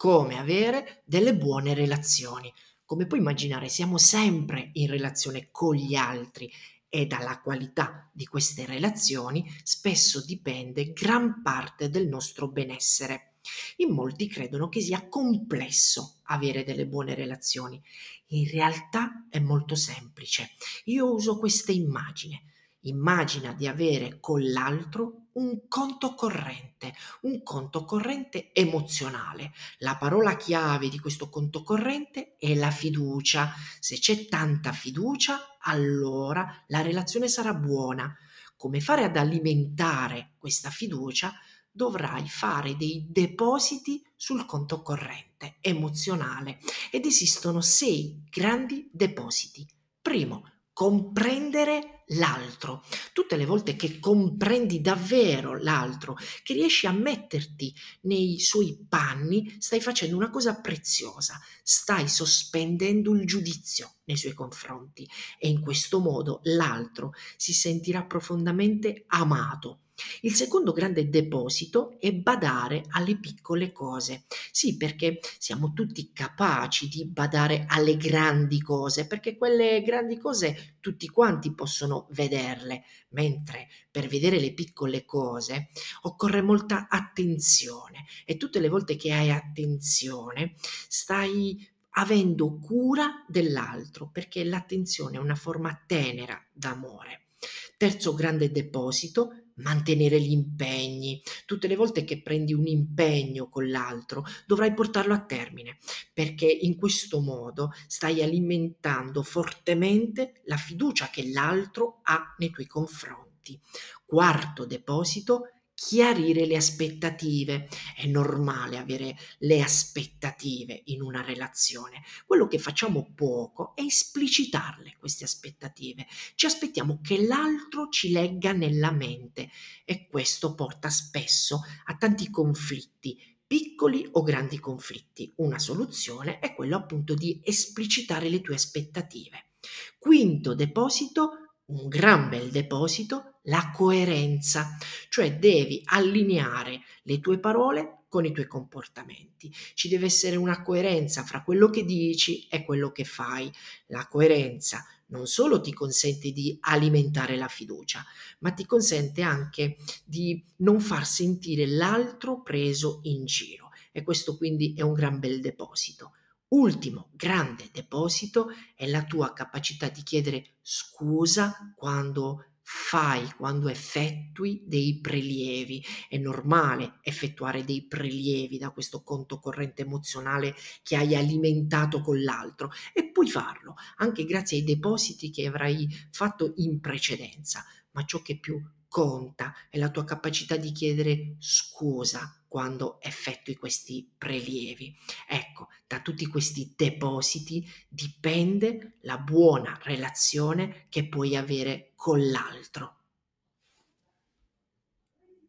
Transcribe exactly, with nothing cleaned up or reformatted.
come avere delle buone relazioni. Come puoi immaginare, siamo sempre in relazione con gli altri e dalla qualità di queste relazioni spesso dipende gran parte del nostro benessere. In molti credono che sia complesso avere delle buone relazioni. In realtà è molto semplice. Io uso questa immagine. Immagina di avere con l'altro un conto corrente, un conto corrente emozionale. La parola chiave di questo conto corrente è la fiducia. Se c'è tanta fiducia, allora la relazione sarà buona. Come fare ad alimentare questa fiducia? Dovrai fare dei depositi sul conto corrente emozionale ed esistono sei grandi depositi. Primo, comprendere l'altro. Tutte le volte che comprendi davvero l'altro, che riesci a metterti nei suoi panni, stai facendo una cosa preziosa, stai sospendendo il giudizio nei suoi confronti e in questo modo l'altro si sentirà profondamente amato. Il secondo grande deposito è badare alle piccole cose. Sì, perché siamo tutti capaci di badare alle grandi cose, perché quelle grandi cose tutti quanti possono vederle, mentre per vedere le piccole cose occorre molta attenzione e tutte le volte che hai attenzione stai avendo cura dell'altro, perché l'attenzione è una forma tenera d'amore. Terzo grande deposito, mantenere gli impegni. Tutte le volte che prendi un impegno con l'altro, dovrai portarlo a termine, perché in questo modo stai alimentando fortemente la fiducia che l'altro ha nei tuoi confronti. Quarto deposito, chiarire le aspettative. È normale avere le aspettative in una relazione. Quello che facciamo poco è esplicitarle queste aspettative. Ci aspettiamo che l'altro ci legga nella mente e questo porta spesso a tanti conflitti, piccoli o grandi conflitti. Una soluzione è quello appunto di esplicitare le tue aspettative. Quinto deposito, un gran bel deposito, la coerenza, cioè devi allineare le tue parole con i tuoi comportamenti. Ci deve essere una coerenza fra quello che dici e quello che fai. La coerenza non solo ti consente di alimentare la fiducia, ma ti consente anche di non far sentire l'altro preso in giro. E questo quindi è un gran bel deposito. Ultimo grande deposito è la tua capacità di chiedere scusa quando fai, quando effettui dei prelievi. È normale effettuare dei prelievi da questo conto corrente emozionale che hai alimentato con l'altro e puoi farlo anche grazie ai depositi che avrai fatto in precedenza, ma ciò che più conta è la tua capacità di chiedere scusa quando effettui questi prelievi. Ecco, da tutti questi depositi dipende la buona relazione che puoi avere con l'altro.